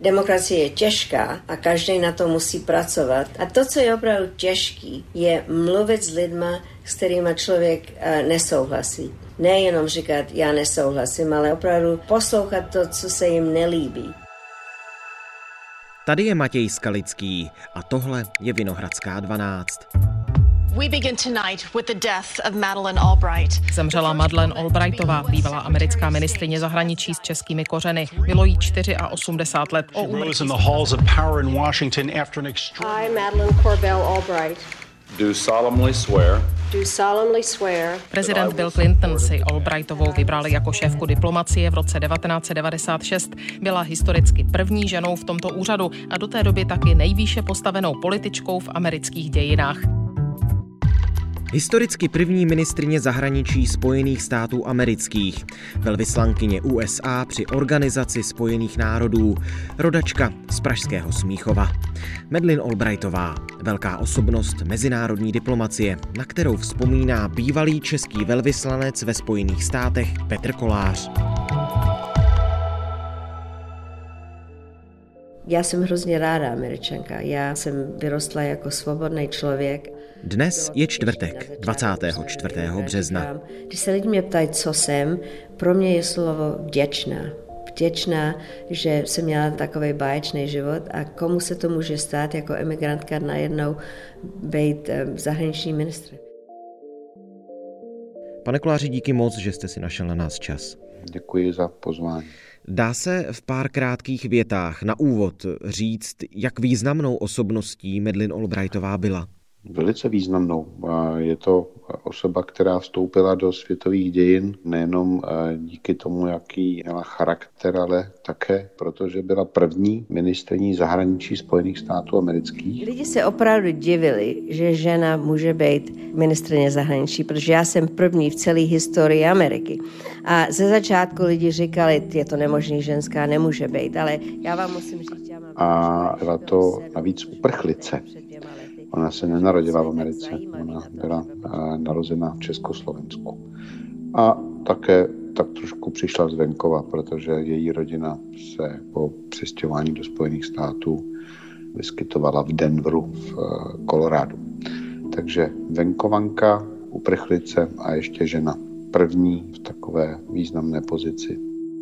Demokracie je těžká a každý na to musí pracovat. A to, co je opravdu těžký, je mluvit s lidma, s kterými člověk nesouhlasí. Nejenom říkat, já nesouhlasím, ale opravdu poslouchat to, co se jim nelíbí. Tady je Matěj Skalický a tohle je Vinohradská 12. We begin tonight with the death of Madeleine Albright. Zemřela Madeleine Albrightová, bývalá americká ministryně zahraničí s českými kořeny. Bylo jí 84 let. I, Madeleine Corbell Albright. Do solemnly swear. Prezident Bill Clinton si Albrightovou vybral jako šéfku diplomacie v roce 1996. Byla historicky první ženou v tomto úřadu a do té doby taky nejvýše postavenou političkou v amerických dějinách. Historicky první ministryně zahraničí Spojených států amerických, velvyslankyně USA při Organizaci spojených národů, rodačka z pražského Smíchova. Madeleine Albrightová, velká osobnost mezinárodní diplomacie, na kterou vzpomíná bývalý český velvyslanec ve Spojených státech Petr Kolář. Já jsem hrozně ráda Američanka. Já jsem vyrostla jako svobodný člověk. Dnes je čtvrtek, 24. března. Když se lidi mě ptají, co jsem, pro mě je slovo vděčná. Vděčná, že jsem měla takový báječný život a komu se to může stát jako emigrantka najednou být zahraniční ministr. Pane Koláři, díky moc, že jste si našel na nás čas. Děkuji za pozvání. Dá se v pár krátkých větách na úvod říct, jak významnou osobností Madeleine Albrightová byla? Velice významnou. Je to osoba, která vstoupila do světových dějin nejenom díky tomu, jaký měla charakter, ale také protože byla první ministryní zahraničí Spojených států amerických. Lidi se opravdu divili, že žena může být ministryně zahraničí, protože já jsem první v celé historii Ameriky. A ze začátku lidi říkali, je to nemožný, ženská nemůže být, ale já vám musím říct, já mám... A byla to navíc uprchlice. Ona se nenarodila v Americe, ona byla narozena v Československu. A také tak trošku přišla z venkova, protože její rodina se po přestěhování do Spojených států vyskytovala v Denveru v Kolorádu. Takže venkovanka, uprchlice a ještě žena. První v takové významné pozici.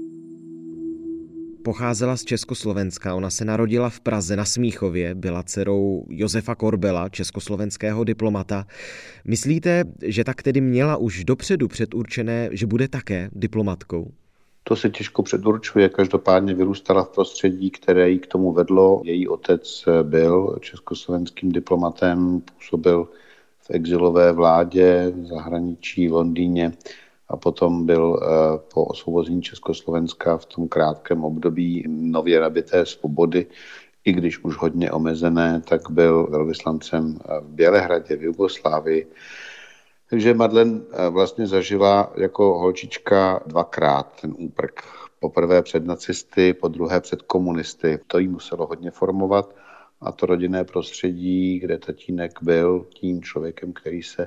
Pocházela z Československa, ona se narodila v Praze na Smíchově, byla dcerou Josefa Korbela, československého diplomata. Myslíte, že tak tedy měla už dopředu předurčené, že bude také diplomatkou? To se těžko předurčuje, každopádně vyrůstala v prostředí, které ji k tomu vedlo. Její otec byl československým diplomatem, působil v exilové vládě v zahraničí v Londýně a potom byl po osvobození Československa v tom krátkém období nově nabité svobody, i když už hodně omezené, tak byl velvyslancem v Bělehradě v Jugoslávii. Takže Madeleine vlastně zažila jako holčička dvakrát ten úprk. Poprvé před nacisty, po druhé před komunisty. To jí muselo hodně formovat a to rodinné prostředí, kde tatínek byl tím člověkem, který se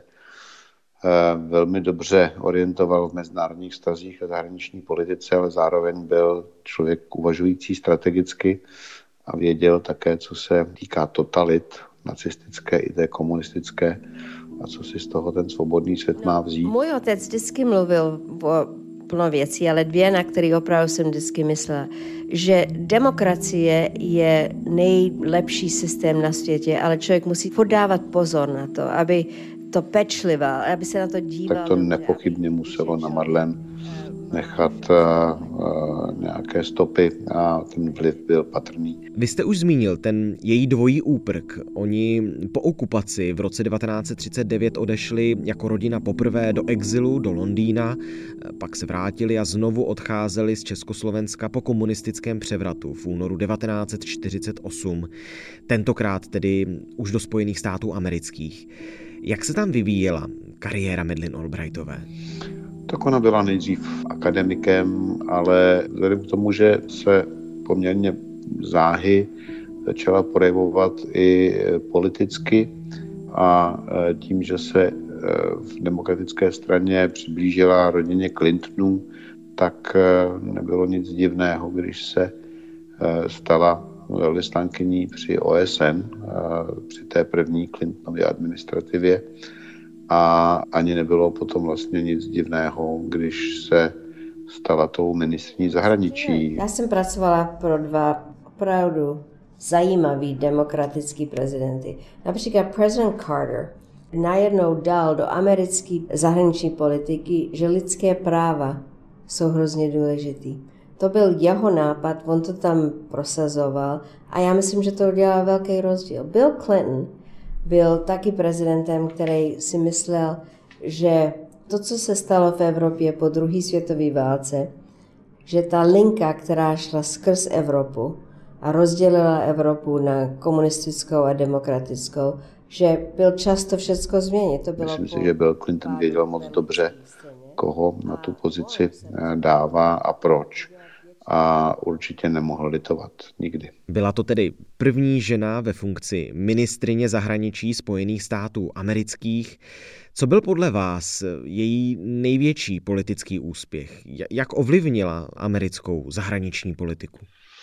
velmi dobře orientoval v mezinárodních vztazích a zahraniční politice, ale zároveň byl člověk uvažující strategicky a věděl také, co se týká totalit nacistické i té komunistické a co si z toho ten svobodný svět má vzít. Můj otec vždycky mluvil o plno věcí, ale dvě, na které opravdu jsem vždycky myslela, že demokracie je nejlepší systém na světě, ale člověk musí podávat pozor na to, aby to pečlival, aby se na to díval. Tak to nepochybně muselo na Madeleine nechat nějaké stopy a ten vliv byl patrný. Vy jste už zmínil ten její dvojí úprk. Oni po okupaci v roce 1939 odešli jako rodina poprvé do exilu, do Londýna, pak se vrátili a znovu odcházeli z Československa po komunistickém převratu v únoru 1948. Tentokrát tedy už do Spojených států amerických. Jak se tam vyvíjela kariéra Madeleine Albrightové? Tak ona byla nejdřív akademikem, ale vzhledem k tomu, že se poměrně záhy začala projevovat i politicky a tím, že se v demokratické straně přiblížila rodině Clintonů, tak nebylo nic divného, když se stala velvyslankyní při OSN, při té první Clintonově administrativě a ani nebylo potom vlastně nic divného, když se stala tou ministryní zahraničí. Já jsem pracovala pro dva opravdu zajímavý demokratický prezidenty. Například prezident Carter najednou dal do americké zahraniční politiky, že lidské práva jsou hrozně důležitý. To byl jeho nápad, on to tam prosazoval a já myslím, že to udělal velký rozdíl. Bill Clinton byl taky prezidentem, který si myslel, že to, co se stalo v Evropě po druhé světové válce, že ta linka, která šla skrz Evropu a rozdělila Evropu na komunistickou a demokratickou, že byl čas to všecko změnit. To bylo myslím si, že Bill Clinton věděl moc dobře, koho na tu pozici dává a proč. A určitě nemohl litovat nikdy. Byla to tedy první žena ve funkci ministryně zahraničí Spojených států amerických. Co byl podle vás její největší politický úspěch? Jak ovlivnila americkou zahraniční politiku?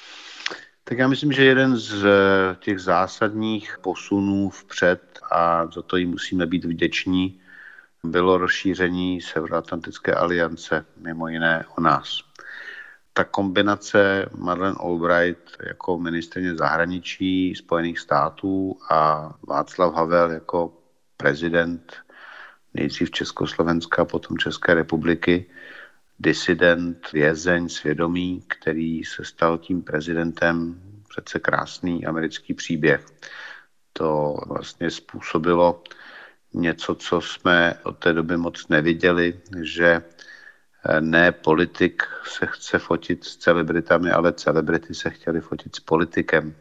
Tak já myslím, že jeden z těch zásadních posunů vpřed, a za to jí musíme být vděční, bylo rozšíření Severoatlantické aliance, mimo jiné o nás. Ta kombinace Madeleine Albright jako ministryně zahraničí Spojených států a Václav Havel jako prezident nejdřív Československa, potom České republiky, disident, vězeň, svědomí, který se stal tím prezidentem, přece krásný americký příběh. To vlastně způsobilo něco, co jsme od té doby moc neviděli, že ne politik se chce fotit s celebritami, ale celebrity se chtěli fotit s politikem.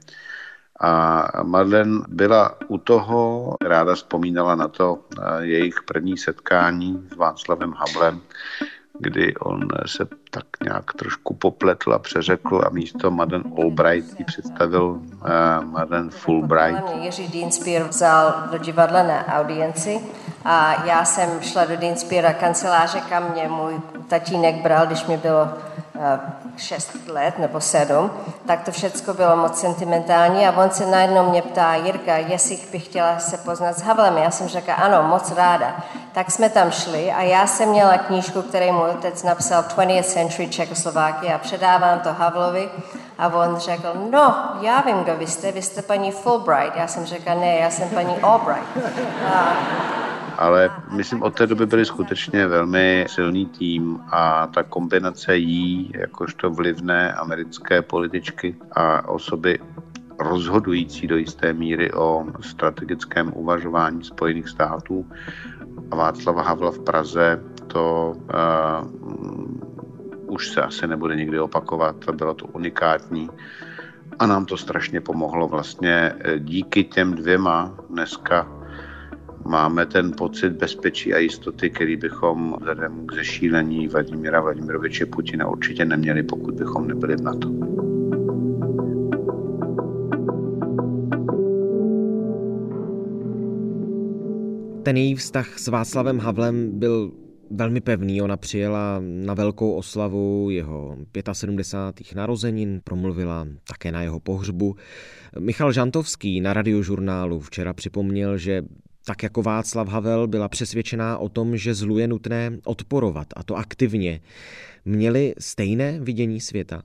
A Madeleine byla u toho, ráda vzpomínala na to jejich první setkání s Václavem Havlem, kdy on se tak nějak trošku popletl a přeřekl a místo Madeleine Albright ji představil Madeleine Fulbright. Jiří Dienstbier vzal do divadla na audienci a já jsem šla do Dienstbiera kanceláře, kam mě můj tatínek bral, když mi bylo 6 let nebo 7, tak to všecko bylo moc sentimentální a on se najednou mě ptá, Jirka, jestli bych chtěla se poznat s Havlem. Já jsem řekla, ano, moc ráda. Tak jsme tam šli a já jsem měla knížku, kterou můj otec napsal 20th Century Czechoslovakia a předávám to Havlovi a on řekl, no, já vím, kdo vy jste paní Fulbright. Já jsem řekla, ne, já jsem paní Albright. Ale myslím, od té doby byli skutečně velmi silný tým a ta kombinace jí, jakožto vlivné americké političky a osoby rozhodující do jisté míry o strategickém uvažování Spojených států a Václava Havla v Praze, to už se asi nebude nikdy opakovat, bylo to unikátní a nám to strašně pomohlo vlastně díky těm dvěma dneska máme ten pocit bezpečí a jistoty, který bychom vzhledem k zešílení Vladimira Vladimiroviče Putina určitě neměli, pokud bychom nebyli v NATO. Ten její vztah s Václavem Havlem byl velmi pevný. Ona přijela na velkou oslavu jeho 75. narozenin, promluvila také na jeho pohřbu. Michal Žantovský na Radiožurnálu včera připomněl, že tak jako Václav Havel byla přesvědčená o tom, že zlu je nutné odporovat, a to aktivně. Měli stejné vidění světa?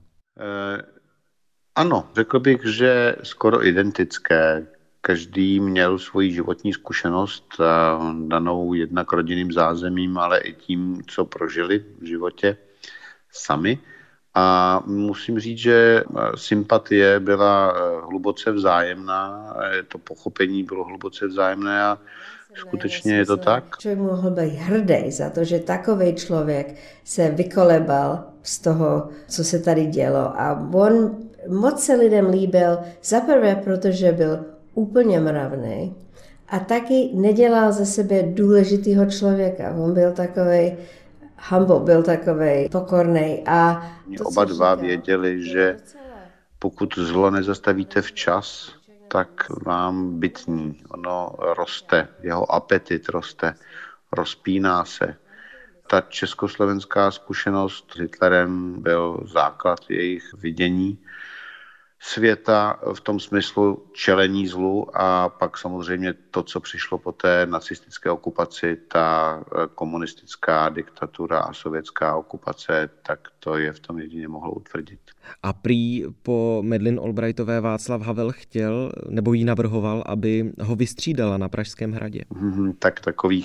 Ano, řekl bych, že skoro identické. Každý měl svoji životní zkušenost danou jednak rodinným zázemím, ale i tím, co prožili v životě sami. A musím říct, že sympatie byla hluboce vzájemná, to pochopení bylo hluboce vzájemné a skutečně je to tak. Člověk mohl být hrdý za to, že takovej člověk se vykolebal z toho, co se tady dělo. A on moc se lidem líbil, zaprvé protože byl úplně mravný a taky nedělal ze sebe důležitýho člověka. On byl takovej humble, byl takovej pokornej. A oba dva věděli, že pokud zlo nezastavíte včas, tak vám bytní. Ono roste, jeho apetit roste, rozpíná se. Ta československá zkušenost s Hitlerem byl základ jejich vidění. světa v tom smyslu čelení zlu a pak samozřejmě to, co přišlo po té nacistické okupaci, ta komunistická diktatura a sovětská okupace, tak to je v tom jedině mohlo utvrdit. A prý po Madeleine Albrightové Václav Havel chtěl, nebo jí navrhoval, aby ho vystřídala na Pražském hradě. Tak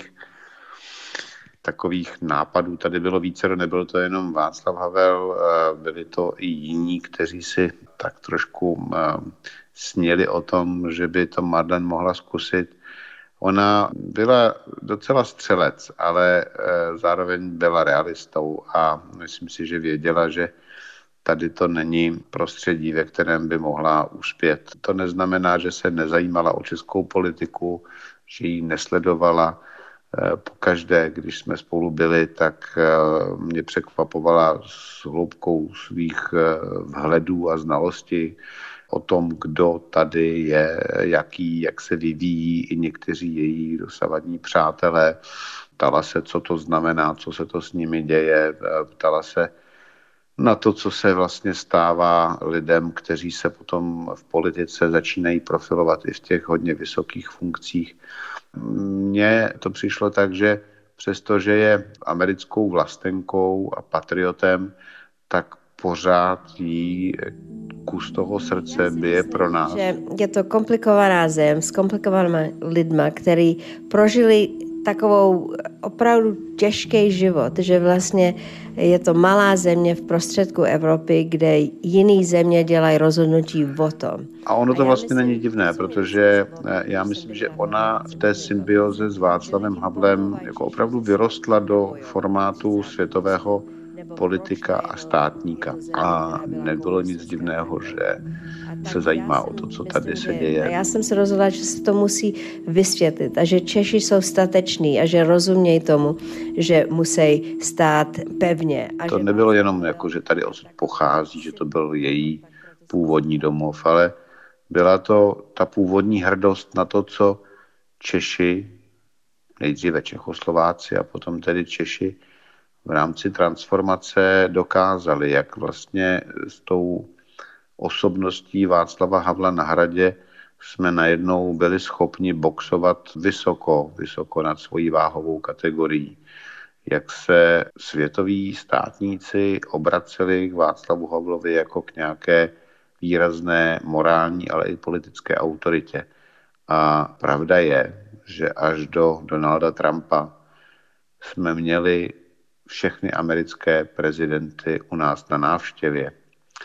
takových nápadů tady bylo více, nebyl to jenom Václav Havel, byli to i jiní, kteří si tak trošku sněli o tom, že by to Madeleine mohla zkusit. Ona byla docela střelec, ale zároveň byla realistou a myslím si, že věděla, že tady to není prostředí, ve kterém by mohla uspět. To neznamená, že se nezajímala o českou politiku, že ji nesledovala. Pokaždé, když jsme spolu byli, tak mě překvapovala s hloubkou svých vhledů a znalostí o tom, kdo tady je, jaký, jak se vyvíjí i někteří její dosavadní přátelé. Ptala se, co to znamená, co se to s nimi děje. Ptala se na to, co se vlastně stává lidem, kteří se potom v politice začínají profilovat i v těch hodně vysokých funkcích. Mně to přišlo tak, že přestože je americkou vlastenkou a patriotem, tak pořád jí kus toho srdce bije pro nás. Že je to komplikovaná zem s komplikovanými lidma, kteří prožili takovou opravdu těžký život, že vlastně je to malá země v prostředku Evropy, kde jiný země dělají rozhodnutí o tom. A ono to vlastně není divné, protože já myslím, že ona v té symbioze s Václavem Havlem jako opravdu vyrostla do formátu světového politika a státníka. A nebylo nic divného, že se zajímá o to, co tady se děje. A já jsem se rozhodla, že se to musí vysvětlit a že Češi jsou stateční a že rozumějí tomu, že musí stát pevně. A to nebylo jenom jako, že tady odsud pochází, že to byl její původní domov, ale byla to ta původní hrdost na to, co Češi, nejdříve Čechoslováci a potom tedy Češi, v rámci transformace dokázali, jak vlastně s tou osobností Václava Havla na hradě jsme najednou byli schopni boxovat vysoko nad svojí váhovou kategorií. Jak se světoví státníci obraceli k Václavu Havlovi jako k nějaké výrazné morální, ale i politické autoritě. A pravda je, že až do Donalda Trumpa jsme měli všechny americké prezidenty u nás na návštěvě.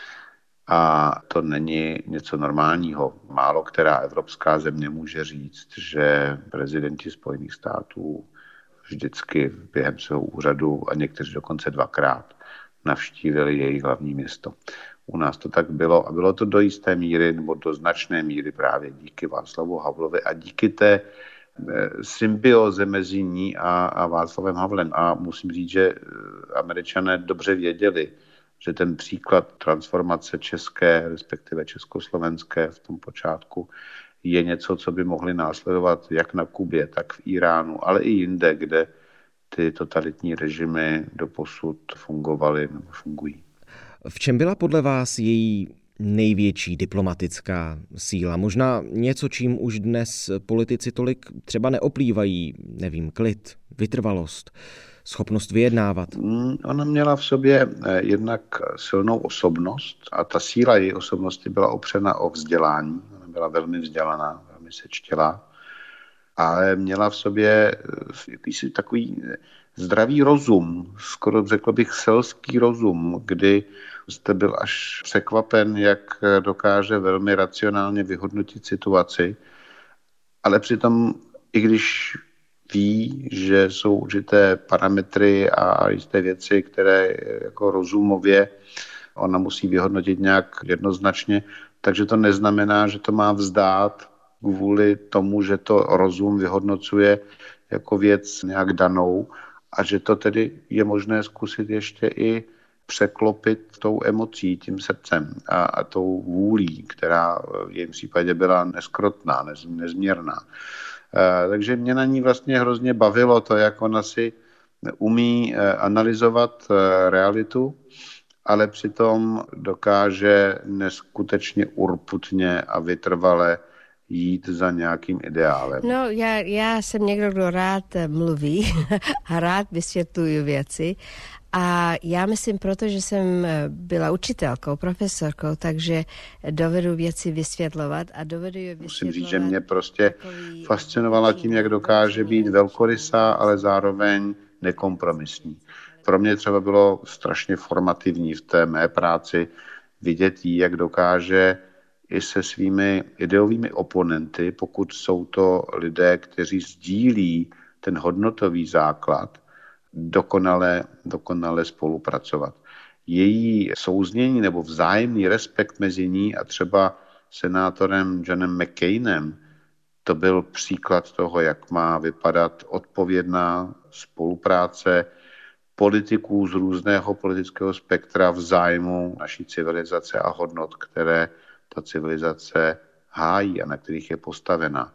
A to není něco normálního. Málo která evropská země může říct, že prezidenti Spojených států vždycky během svého úřadu a někteří dokonce 2krát navštívili jejich hlavní město. U nás to tak bylo a bylo to do jisté míry nebo do značné míry právě díky Václavu Havlovi a díky té symbioze mezi ní a Václavem Havlem. A musím říct, že Američané dobře věděli, že ten příklad transformace české, respektive československé v tom počátku je něco, co by mohli následovat jak na Kubě, tak v Iránu, ale i jinde, kde ty totalitní režimy doposud fungovaly nebo fungují. V čem byla podle vás její největší diplomatická síla? Možná něco, čím už dnes politici tolik třeba neoplývají, nevím, klid, vytrvalost, schopnost vyjednávat. Ona měla v sobě jednak silnou osobnost a ta síla její osobnosti byla opřena o vzdělání. Ona byla velmi vzdělaná, velmi sečtělá, ale měla v sobě jakýsi takový zdravý rozum, skoro řekl bych selský rozum, kdy jste byl až překvapen, jak dokáže velmi racionálně vyhodnotit situaci, ale přitom, i když ví, že jsou určité parametry a jisté věci, které jako rozumově ona musí vyhodnotit nějak jednoznačně, takže to neznamená, že to má vzdát kvůli tomu, že to rozum vyhodnocuje jako věc nějak danou a že to tedy je možné zkusit ještě i překlopit tou emocí, tím srdcem a tou vůlí, která v jejím případě byla neskrotná, nezměrná. Takže mě na ní vlastně hrozně bavilo to, jak ona si umí analyzovat realitu ale přitom dokáže neskutečně urputně a vytrvale jít za nějakým ideálem. No, já jsem někdo, kdo rád mluví a rád vysvětluju věci. A já myslím, protože jsem byla učitelkou, profesorkou, takže dovedu věci vysvětlovat a dovedu je vysvětlovat. Musím říct, že mě prostě fascinovala tím, jak dokáže být velkorysá, ale zároveň nekompromisní. Pro mě třeba bylo strašně formativní v té mé práci vidět jí, jak dokáže i se svými ideovými oponenty, pokud jsou to lidé, kteří sdílí ten hodnotový základ, dokonale spolupracovat. Její souznění nebo vzájemný respekt mezi ní a třeba senátorem Johnem McCainem, to byl příklad toho, jak má vypadat odpovědná spolupráce politiků z různého politického spektra v zájmu naší civilizace a hodnot, které ta civilizace hájí a na kterých je postavena.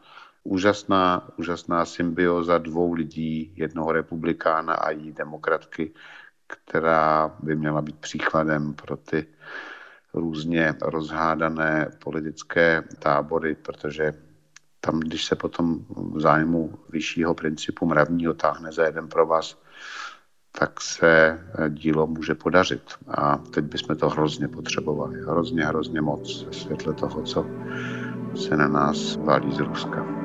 Úžasná symbioza dvou lidí, jednoho republikána a jí demokratky, která by měla být příkladem pro ty různě rozhádané politické tábory, protože tam, když se potom v zájmu vyššího principu mravního táhne za jeden provaz, tak se dílo může podařit. A teď bychom to hrozně potřebovali. Hrozně moc ve světle toho, co se na nás valí z Ruska.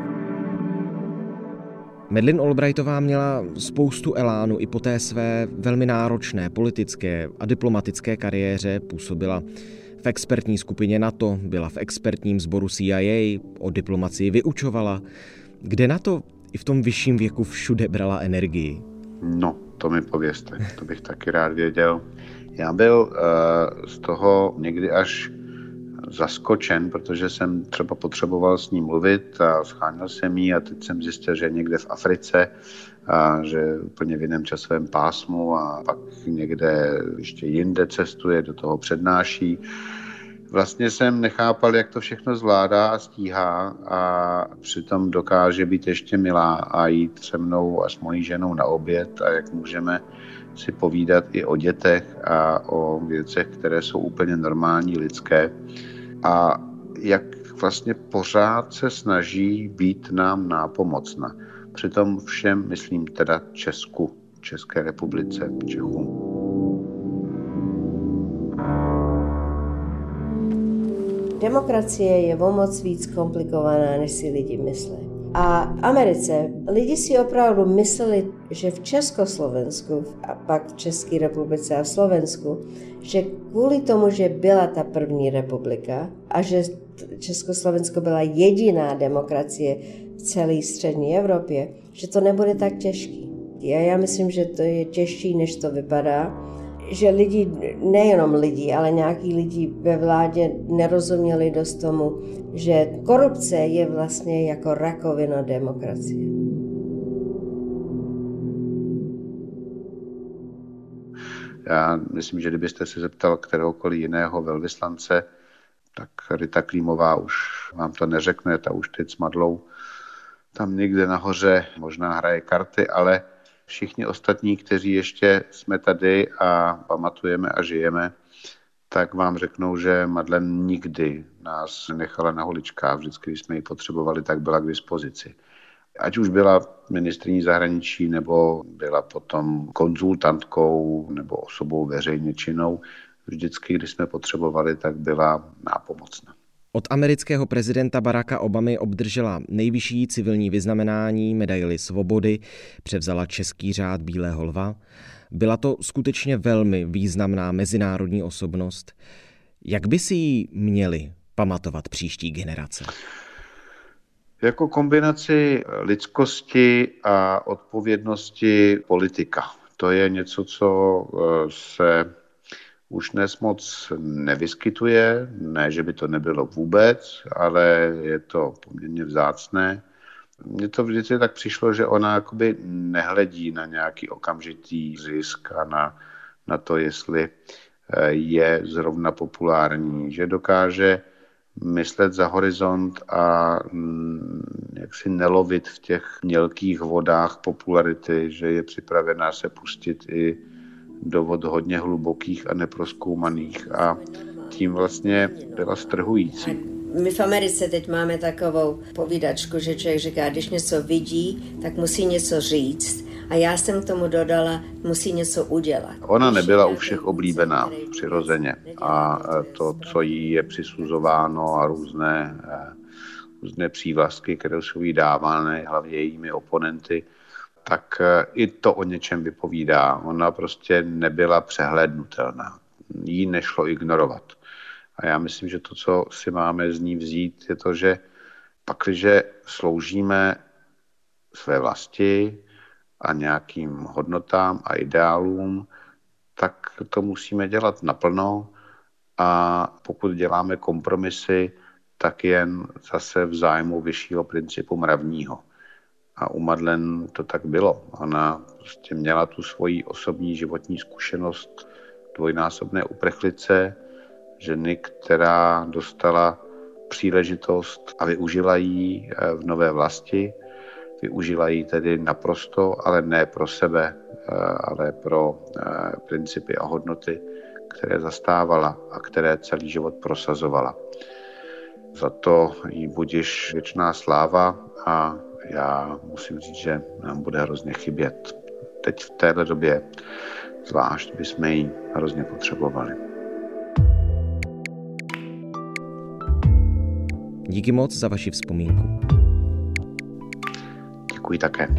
Madeleine Albrightová měla spoustu elánu i po té své velmi náročné politické a diplomatické kariéře. Působila v expertní skupině NATO, byla v expertním sboru CIA, o diplomacii vyučovala. Kde na to i v tom vyšším věku všude brala energii? No, to mi povězte, to bych taky rád věděl. Já byl z toho někdy až zaskočen, protože jsem třeba potřeboval s ní mluvit a scháněl jsem jí a teď jsem zjistil, že je někde v Africe a že úplně v jiném časovém pásmu a pak někde ještě jinde cestuje, do toho přednáší. Vlastně jsem nechápal, jak to všechno zvládá a stíhá a přitom dokáže být ještě milá a jít se mnou a s mojí ženou na oběd a jak můžeme si povídat i o dětech a o věcech, které jsou úplně normální, lidské. A jak vlastně pořád se snaží být nám nápomocna. Přitom všem, myslím teda České republice, Čechům. Demokracie je o moc víc komplikovaná, než si lidi myslí. A v Americe lidi si opravdu mysleli, že v Československu a pak v České republice a v Slovensku, že kvůli tomu, že byla ta první republika a že Československo byla jediná demokracie v celé střední Evropě, že to nebude tak těžký. Já myslím, že to je těžší, než to vypadá. Že lidi, nejenom lidi, ale nějaký lidi ve vládě nerozuměli dost tomu, že korupce je vlastně jako rakovina demokracie. Já myslím, že kdybyste se zeptal kteréhokoliv jiného velvyslance, tak Rita Klímová už vám to neřekne, ta už teď s Madlou tam někde nahoře možná hraje karty, ale všichni ostatní, kteří ještě jsme tady a pamatujeme a žijeme, tak vám řeknou, že Madeleine nikdy nás nechala na holičkách. Vždycky, když jsme ji potřebovali, tak byla k dispozici. Ať už byla ministryní zahraničí, nebo byla potom konzultantkou, nebo osobou veřejně činnou, vždycky, když jsme potřebovali, tak byla nápomocná. Od amerického prezidenta Baracka Obamy obdržela nejvyšší civilní vyznamenání, medaili svobody, převzala český řád Bílého lva. Byla to skutečně velmi významná mezinárodní osobnost. Jak by si ji měli pamatovat příští generace? Jako kombinaci lidskosti a odpovědnosti politika. To je něco, co se už dnes moc nevyskytuje, ne, že by to nebylo vůbec, ale je to poměrně vzácné. Mně to vždycky tak přišlo, že ona jakoby nehledí na nějaký okamžitý zisk a na to, jestli je zrovna populární, že dokáže myslet za horizont a jaksi nelovit v těch mělkých vodách popularity, že je připravená se pustit i do vod hodně hlubokých a neprozkoumaných a tím vlastně byla strhující. My v Americe teď máme takovou povídačku, že člověk říká, když něco vidí, tak musí něco říct. A já jsem k tomu dodala, musí něco udělat. Ona nebyla u všech oblíbená přirozeně. A to, co jí je přisuzováno a různé přívlastky, které jsou jí dávány, hlavně jejími oponenty, tak i to o něčem vypovídá. Ona prostě nebyla přehlédnutelná. Jí nešlo ignorovat. A já myslím, že to, co si máme z ní vzít, je to, že pakliže sloužíme své vlasti a nějakým hodnotám a ideálům, tak to musíme dělat naplno a pokud děláme kompromisy, tak jen zase v zájmu vyššího principu mravního. A u Madeleine to tak bylo. Ona prostě měla tu svoji osobní životní zkušenost dvojnásobné uprchlice, ženy, která dostala příležitost a využila ji v nové vlasti. Využila ji tedy naprosto, ale ne pro sebe, ale pro principy a hodnoty, které zastávala a které celý život prosazovala. Za to jí budiž věčná sláva a já musím říct, že nám bude hrozně chybět. Teď v této době zvlášť bychom ji hrozně potřebovali. Díky moc za vaši vzpomínku. Děkuji také.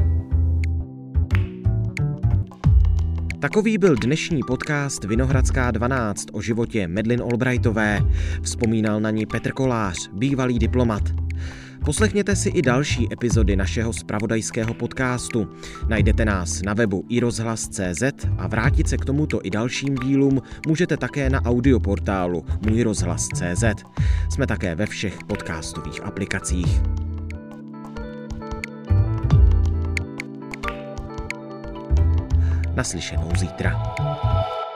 Takový byl dnešní podcast Vinohradská 12 o životě Madeleine Albrightové. Vzpomínal na ní Petr Kolář, bývalý diplomat. Poslechněte si i další epizody našeho zpravodajského podcastu. Najdete nás na webu iRozhlas.cz a vrátit se k tomuto i dalším dílům můžete také na audioportálu můjrozhlas.cz. Jsme také ve všech podcastových aplikacích. Naslyšenou zítra.